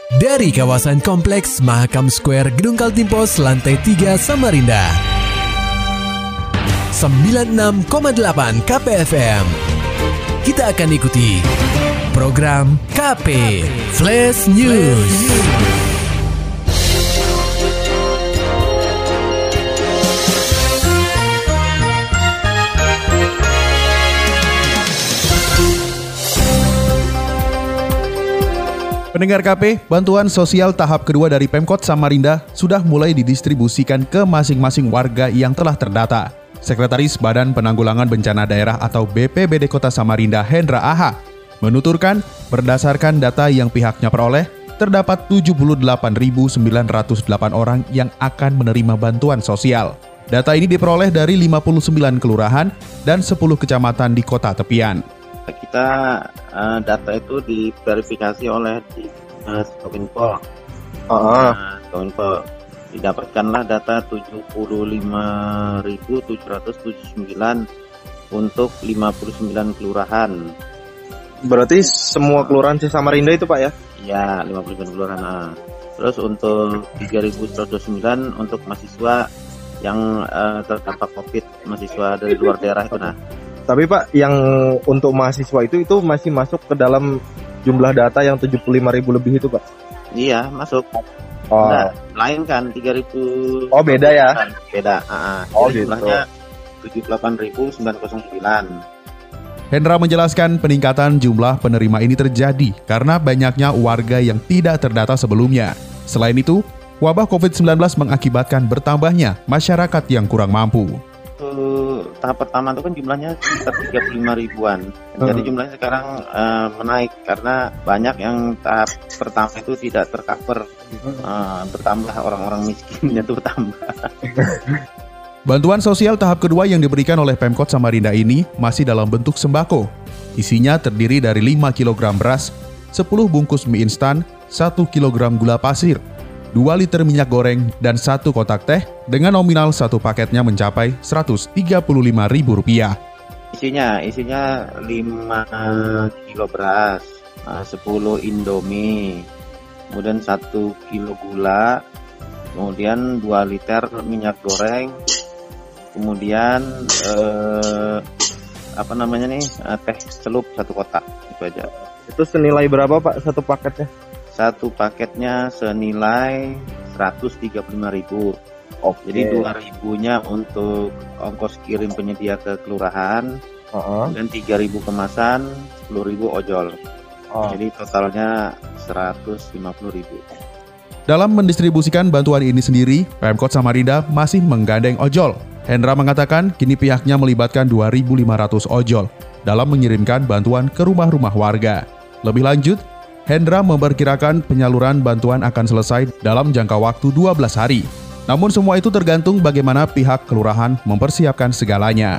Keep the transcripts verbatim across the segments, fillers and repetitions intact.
Dari kawasan Kompleks Mahakam Square Gedung Kaltimpos lantai tiga Samarinda. sembilan puluh enam koma delapan K P F M. Kita akan ikuti program K P Flash News. Pendengar K P, bantuan sosial tahap kedua dari Pemkot Samarinda sudah mulai didistribusikan ke masing-masing warga yang telah terdata. Sekretaris Badan Penanggulangan Bencana Daerah atau B P B D Kota Samarinda, Hendra Aha, menuturkan berdasarkan data yang pihaknya peroleh, terdapat tujuh puluh delapan ribu sembilan ratus delapan orang yang akan menerima bantuan sosial. Data ini diperoleh dari lima puluh sembilan kelurahan dan sepuluh kecamatan di kota tepian. Kita uh, data itu diverifikasi oleh di uh, Kominfo. Oh. Uh, Kominfo didapatkanlah data tujuh puluh lima ribu tujuh ratus tujuh puluh sembilan untuk lima puluh sembilan kelurahan. Berarti semua kelurahan di Samarinda itu, Pak, ya? Ya, lima puluh sembilan kelurahan. Nah. Terus untuk tiga ribu seratus sembilan untuk mahasiswa yang uh, terdampak Covid, mahasiswa dari luar daerah itu. Nah. Tapi Pak, yang untuk mahasiswa itu itu masih masuk ke dalam jumlah data yang tujuh puluh lima ribu lebih itu, Pak? Iya, masuk. Oh. Nah, lain kan tiga ribu. Oh, beda ya? Beda. Uh, oh, gitu. Jumlahnya tujuh puluh delapan ribu sembilan ratus sembilan. Hendra menjelaskan peningkatan jumlah penerima ini terjadi karena banyaknya warga yang tidak terdata sebelumnya. Selain itu, wabah covid sembilan belas mengakibatkan bertambahnya masyarakat yang kurang mampu. Untuk tahap pertama itu kan jumlahnya sekitar tiga puluh lima ribuan. Jadi jumlahnya sekarang uh, menaik karena banyak yang tahap pertama itu tidak tercover. Uh, bertambah orang-orang miskinnya itu bertambah. Bantuan sosial tahap kedua yang diberikan oleh Pemkot Samarinda ini masih dalam bentuk sembako. Isinya terdiri dari lima kilogram beras, sepuluh bungkus mie instan, satu kilogram gula pasir, dua liter minyak goreng, dan satu kotak teh dengan nominal satu paketnya mencapai seratus tiga puluh lima ribu rupiah. Isinya, isinya lima kilo beras, sepuluh indomie, kemudian satu kilo gula, kemudian dua liter minyak goreng, kemudian eh, apa namanya nih teh celup satu kotak, itu aja. Itu senilai berapa, Pak, satu paketnya? Satu paketnya senilai seratus tiga puluh lima ribu. Oke. Jadi dua ribunya untuk ongkos kirim penyedia ke kelurahan, uh-huh. dan tiga ribu kemasan, sepuluh ribu ojol. Oh. Jadi totalnya seratus lima puluh ribu. Dalam mendistribusikan bantuan ini sendiri, Pemkot Samarinda masih menggandeng ojol. Hendra mengatakan kini pihaknya melibatkan dua ribu lima ratus ojol dalam mengirimkan bantuan ke rumah-rumah warga. Lebih lanjut, Hendra memperkirakan penyaluran bantuan akan selesai dalam jangka waktu dua belas hari. Namun semua itu tergantung bagaimana pihak kelurahan mempersiapkan segalanya.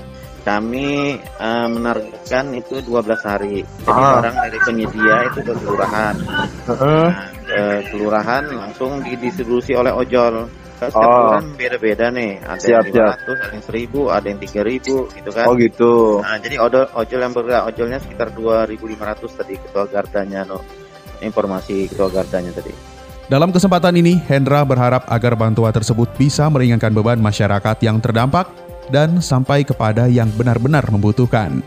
Kami uh, menargetkan itu dua belas hari. Jadi ah. orang dari penyedia itu ke kelurahan. Uh-uh. Nah, ke kelurahan langsung didistribusi oleh ojol. Setiap oh. kelurahan beda-beda nih. Ada siap, yang lima ratus, siap. Ada yang seribu, ada yang tiga ribu gitu kan. Oh gitu. Nah, jadi ojol, ojol yang bergerak, ojolnya sekitar dua ribu lima ratus tadi ketua gardanya no. Informasi ketua gardanya tadi. Dalam kesempatan ini, Hendra berharap agar bantuan tersebut bisa meringankan beban masyarakat yang terdampak dan sampai kepada yang benar-benar membutuhkan.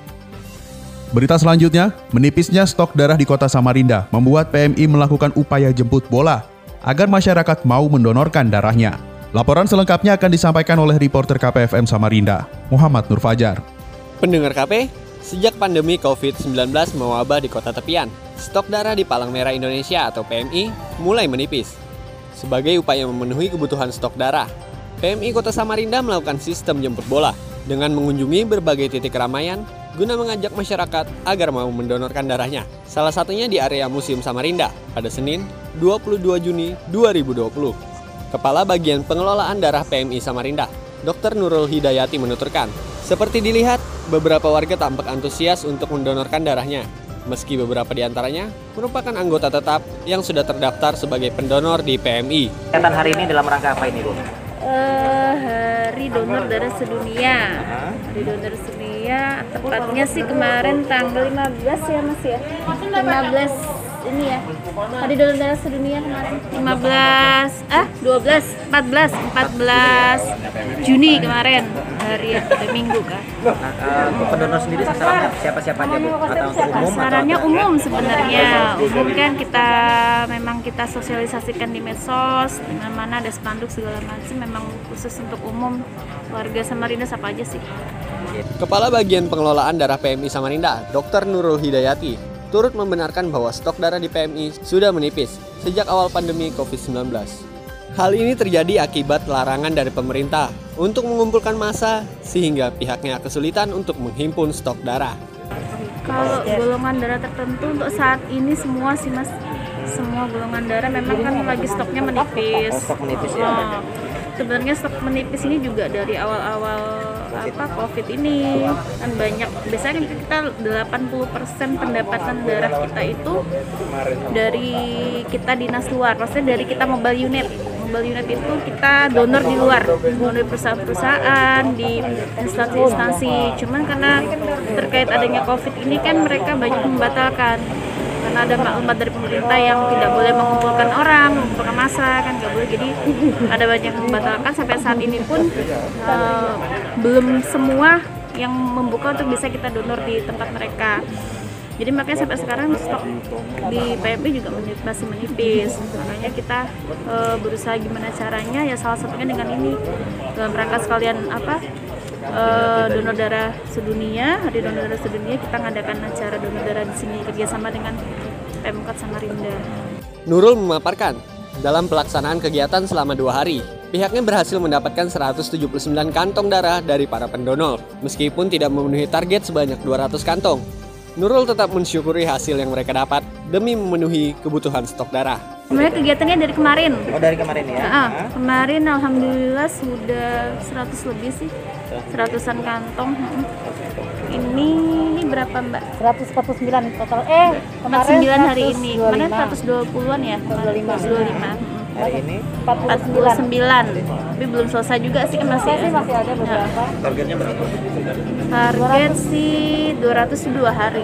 Berita selanjutnya, menipisnya stok darah di kota Samarinda membuat P M I melakukan upaya jemput bola agar masyarakat mau mendonorkan darahnya. Laporan selengkapnya akan disampaikan oleh reporter K P F M Samarinda, Muhammad Nur Fajar. Pendengar K P, sejak pandemi covid sembilan belas mewabah di kota tepian, stok darah di Palang Merah Indonesia atau P M I mulai menipis. Sebagai upaya memenuhi kebutuhan stok darah, P M I Kota Samarinda melakukan sistem jemput bola dengan mengunjungi berbagai titik keramaian guna mengajak masyarakat agar mau mendonorkan darahnya. Salah satunya di area Museum Samarinda pada Senin dua puluh dua Juni dua ribu dua puluh. Kepala Bagian Pengelolaan Darah P M I Samarinda, Dokter Nurul Hidayati menuturkan, seperti dilihat, beberapa warga tampak antusias untuk mendonorkan darahnya. Meski beberapa di antaranya merupakan anggota tetap yang sudah terdaftar sebagai pendonor di P M I. Kegiatan hari ini dalam rangka apa ini, Bu? Uh, hari donor darah sedunia. Hari donor sedunia, tepatnya sih kemarin tanggal lima belas ya Mas ya. lima belas ini ya. Hari donor darah sedunia kemarin lima belas ah dua belas empat belas empat belas Juni kemarin, hari hari Minggu kan. Nah, untuk pendonor sendiri sasarannya siapa-siapa aja Bu? Atau untuk umum? Sasarannya umum sebenarnya. Umum kan kita memang kita sosialisasikan di medsos, di mana-mana ada spanduk segala macam, memang khusus untuk umum. Warga Samarinda siapa aja sih? Kepala Bagian Pengelolaan Darah P M I Samarinda, Dokter Nurul Hidayati, turut membenarkan bahwa stok darah di P M I sudah menipis sejak awal pandemi covid sembilan belas. Hal ini terjadi akibat larangan dari pemerintah untuk mengumpulkan massa sehingga pihaknya kesulitan untuk menghimpun stok darah. Kalau golongan darah tertentu untuk saat ini semua sih Mas, semua golongan darah memang kan lagi stoknya menipis. Oh, stok menipis ya. Oh, sebenarnya stok menipis ini juga dari awal-awal apa Covid ini kan banyak. Biasanya kan kita delapan puluh persen pendapatan darah kita itu dari kita dinas luar, maksudnya dari kita mobile unit. Mobile unit itu kita donor di luar, donor di perusahaan-perusahaan, di instansi-instansi. Cuman karena terkait adanya Covid ini kan mereka banyak membatalkan. Karena ada maklumat dari pemerintah yang tidak boleh mengumpulkan orang, mengumpulkan massa kan nggak boleh. Jadi ada banyak yang membatalkan sampai saat ini pun uh, belum semua yang membuka untuk bisa kita donor di tempat mereka. Jadi makanya sampai sekarang stok di P M I juga masih menipis. Makanya kita e, berusaha gimana caranya, ya salah satunya dengan ini, dalam rangka sekalian apa e, donor darah sedunia, hari donor darah sedunia, kita ngadakan acara donor darah di sini kerjasama dengan Pemkot Samarinda. Nurul memaparkan, dalam pelaksanaan kegiatan selama dua hari, pihaknya berhasil mendapatkan seratus tujuh puluh sembilan kantong darah dari para pendonor, meskipun tidak memenuhi target sebanyak dua ratus kantong. Nurul tetap mensyukuri hasil yang mereka dapat demi memenuhi kebutuhan stok darah. Sebenarnya kegiatannya dari kemarin. Oh, dari kemarin ya? Nah, kemarin alhamdulillah sudah seratus lebih sih, seratusan kantong. Ini, ini berapa Mbak? seratus empat puluh sembilan total. Eh, empat puluh sembilan hari ini. Kemarin seratus dua puluhan ya? seratus dua puluh lima. Hari ini empat puluh sembilan. Tapi belum selesai juga sih, kan masih sih masih ada beberapa. targetnya berapa? Target sih dua ratus dua hari.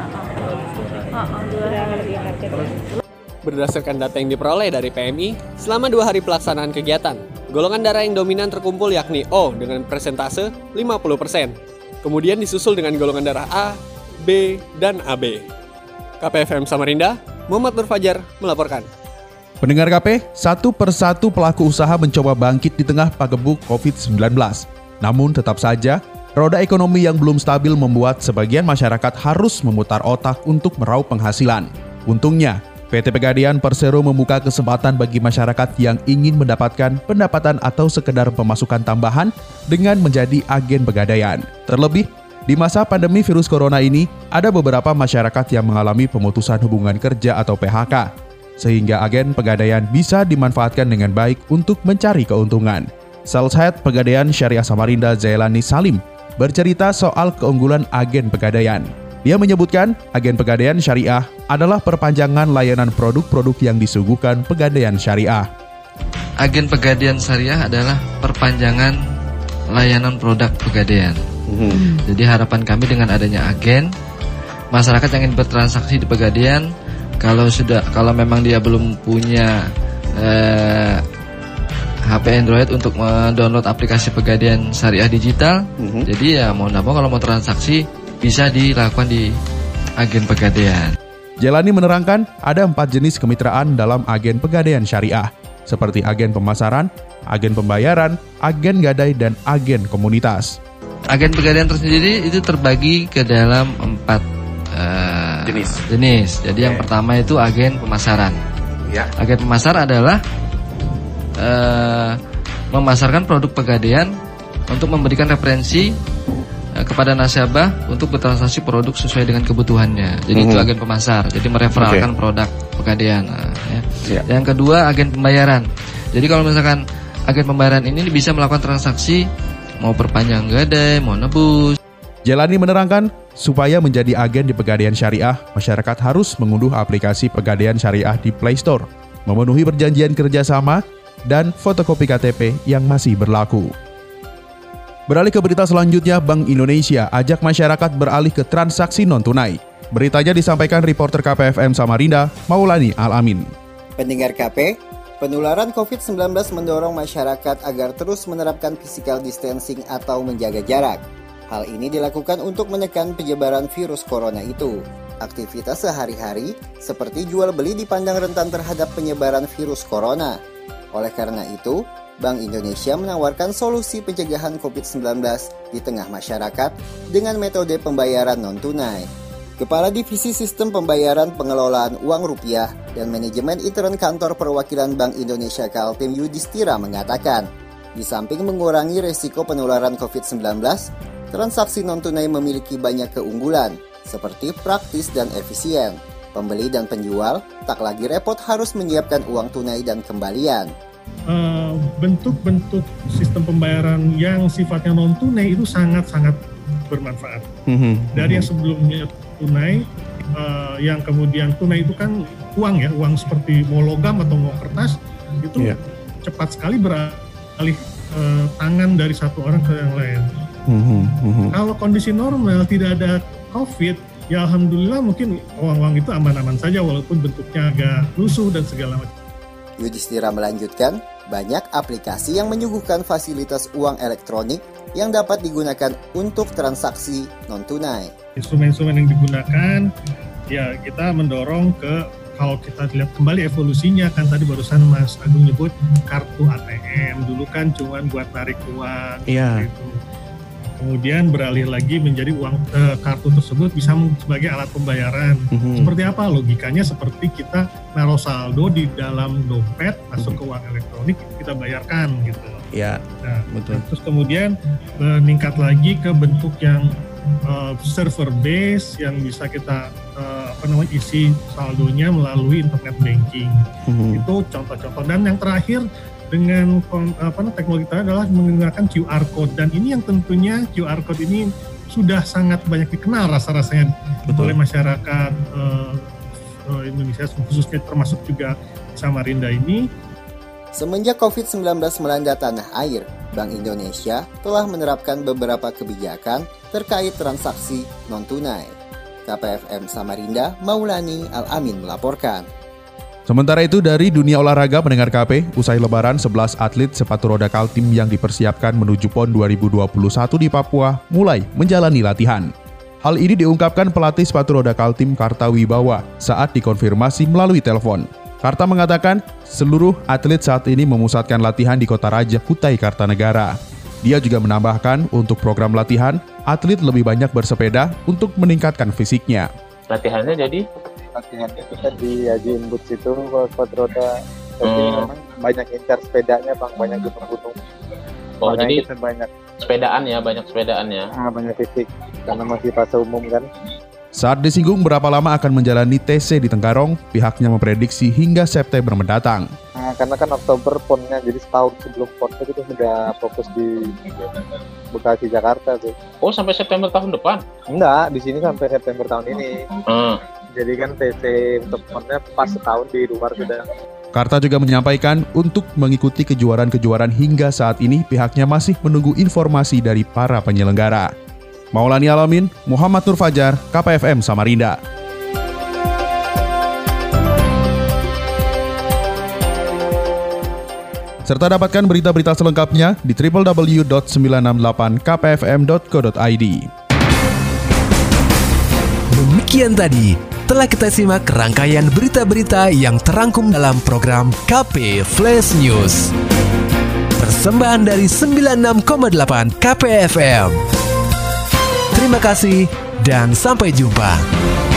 Oh, oh, dua hari. Berdasarkan data yang diperoleh dari P M I, selama dua hari pelaksanaan kegiatan, golongan darah yang dominan terkumpul yakni O dengan persentase lima puluh persen. Kemudian disusul dengan golongan darah A, B, dan A B. K P F M Samarinda, Muhammad Nur Fajar melaporkan. Pendengar K P, satu persatu pelaku usaha mencoba bangkit di tengah pagebuk covid sembilan belas. Namun tetap saja, roda ekonomi yang belum stabil membuat sebagian masyarakat harus memutar otak untuk meraup penghasilan. Untungnya, P T Pegadaian Persero membuka kesempatan bagi masyarakat yang ingin mendapatkan pendapatan atau sekedar pemasukan tambahan dengan menjadi agen pegadaian. Terlebih, di masa pandemi virus corona ini, ada beberapa masyarakat yang mengalami pemutusan hubungan kerja atau P H K, sehingga agen pegadaian bisa dimanfaatkan dengan baik untuk mencari keuntungan. Sales Head Pegadaian Syariah Samarinda Zailani Salim bercerita soal keunggulan agen pegadaian. Dia menyebutkan, agen pegadaian syariah adalah perpanjangan layanan produk-produk yang disuguhkan pegadaian syariah. Agen pegadaian syariah adalah perpanjangan layanan produk pegadaian. Hmm. Jadi harapan kami dengan adanya agen, masyarakat yang ingin bertransaksi di pegadaian, kalau sudah kalau memang dia belum punya eh, H P Android untuk mendownload aplikasi pegadaian syariah digital, hmm. jadi ya mau nggak mau kalau mau transaksi bisa dilakukan di agen pegadaian. Jailani menerangkan ada empat jenis kemitraan dalam agen pegadaian syariah, seperti agen pemasaran, agen pembayaran, agen gadai, dan agen komunitas. Agen pegadaian tersendiri itu terbagi ke dalam empat uh, jenis. jenis. Jadi okay. Yang pertama itu agen pemasaran. Ya. Agen pemasar adalah uh, memasarkan produk pegadaian untuk memberikan referensi kepada nasabah untuk bertransaksi produk sesuai dengan kebutuhannya. Jadi mm-hmm. itu agen pemasar. Jadi mereferalkan okay. produk pegadaian. Nah, ya. Yeah. Yang kedua agen pembayaran. Jadi kalau misalkan agen pembayaran ini bisa melakukan transaksi mau perpanjang gadai, mau nebus. Jailani menerangkan, supaya menjadi agen di pegadaian syariah, masyarakat harus mengunduh aplikasi pegadaian syariah di Play Store, memenuhi perjanjian kerjasama, dan fotokopi K T P yang masih berlaku. Beralih ke berita selanjutnya, Bank Indonesia ajak masyarakat beralih ke transaksi non-tunai. Beritanya disampaikan reporter K P F M Samarinda, Maulani Al-Amin. Pendengar K P, penularan covid sembilan belas mendorong masyarakat agar terus menerapkan physical distancing atau menjaga jarak. Hal ini dilakukan untuk menekan penyebaran virus corona itu. Aktivitas sehari-hari seperti jual beli dipandang rentan terhadap penyebaran virus corona. Oleh karena itu, Bank Indonesia menawarkan solusi pencegahan covid sembilan belas di tengah masyarakat dengan metode pembayaran non-tunai. Kepala Divisi Sistem Pembayaran Pengelolaan Uang Rupiah dan Manajemen Intern Kantor Perwakilan Bank Indonesia Kaltim Yudhistira mengatakan, di samping mengurangi resiko penularan covid sembilan belas, transaksi non-tunai memiliki banyak keunggulan, seperti praktis dan efisien. Pembeli dan penjual tak lagi repot harus menyiapkan uang tunai dan kembalian. Uh, bentuk-bentuk sistem pembayaran yang sifatnya non-tunai itu sangat-sangat bermanfaat. Mm-hmm. Dari yang sebelumnya tunai, uh, yang kemudian tunai itu kan uang ya, uang seperti mau logam atau mau kertas, itu yeah. cepat sekali beralih uh, tangan dari satu orang ke yang lain. Mm-hmm. Mm-hmm. Kalau kondisi normal tidak ada COVID, ya alhamdulillah mungkin uang-uang itu aman-aman saja walaupun bentuknya agak lusuh dan segala macam. Yudhistira melanjutkan, banyak aplikasi yang menyuguhkan fasilitas uang elektronik yang dapat digunakan untuk transaksi non-tunai. Instrumen-instrumen yang digunakan, ya kita mendorong ke, kalau kita lihat kembali evolusinya, kan tadi barusan Mas Agung nyebut kartu A T M, dulu kan cuma buat narik uang. Iya. Gitu. Kemudian beralih lagi menjadi uang eh, kartu tersebut bisa sebagai alat pembayaran. Mm-hmm. Seperti apa? Logikanya seperti kita naruh saldo di dalam dompet, masuk mm-hmm. ke uang elektronik, kita bayarkan gitu. Iya, nah, betul. Terus kemudian meningkat lagi ke bentuk yang uh, server base yang bisa kita uh, apa namanya isi saldonya melalui internet banking. Mm-hmm. Itu contoh-contoh. Dan yang terakhir dengan apa teknologi kita adalah menggunakan Q R code, dan ini yang tentunya Q R code ini sudah sangat banyak dikenal rasa-rasanya Betul. oleh masyarakat uh, uh, Indonesia, khususnya termasuk juga Samarinda ini. Semenjak covid sembilan belas melanda tanah air, Bank Indonesia telah menerapkan beberapa kebijakan terkait transaksi non-tunai. K P F M Samarinda, Maulani Al-Amin melaporkan. Sementara itu dari dunia olahraga pendengar K P, usai lebaran sebelas atlet sepatu roda Kaltim yang dipersiapkan menuju PON dua ribu dua puluh satu di Papua mulai menjalani latihan. Hal ini diungkapkan pelatih sepatu roda Kaltim Karta Wibawa saat dikonfirmasi melalui telepon. Karta mengatakan seluruh atlet saat ini memusatkan latihan di Kota Raja Kutai Kartanegara. Dia juga menambahkan untuk program latihan, atlet lebih banyak bersepeda untuk meningkatkan fisiknya. Latihannya jadi? Latihannya kita di Haji Imbut situ, sepatu roda. Tapi hmm. memang banyak incar sepedanya, Bang, banyak gunung-gunung. Oh, makanya jadi kita banyak sepedaan ya, banyak sepedaan ya. Ah, banyak fisik, karena masih fase umum kan. Saat disinggung berapa lama akan menjalani T C di Tenggarong, pihaknya memprediksi hingga September mendatang. Nah, karena kan Oktober PON-nya, jadi setahun sebelum PON itu sudah fokus di Bekasi, Jakarta tuh. Oh, sampai September tahun depan? Enggak, di sini sampai September tahun ini. Hmm. Jadi kan T C untuk PON-nya pas setahun di luar sudah. Karta juga menyampaikan untuk mengikuti kejuaraan-kejuaraan hingga saat ini pihaknya masih menunggu informasi dari para penyelenggara. Maulani Al-Amin, Muhammad Nur Fajar, K P F M Samarinda. Serta dapatkan berita-berita selengkapnya di w w w dot sembilan enam delapan k p f m dot co dot i d. Demikian tadi telah kita simak rangkaian berita-berita yang terangkum dalam program K P Flash News. Persembahan dari sembilan puluh enam koma delapan K P F M. Terima kasih dan sampai jumpa.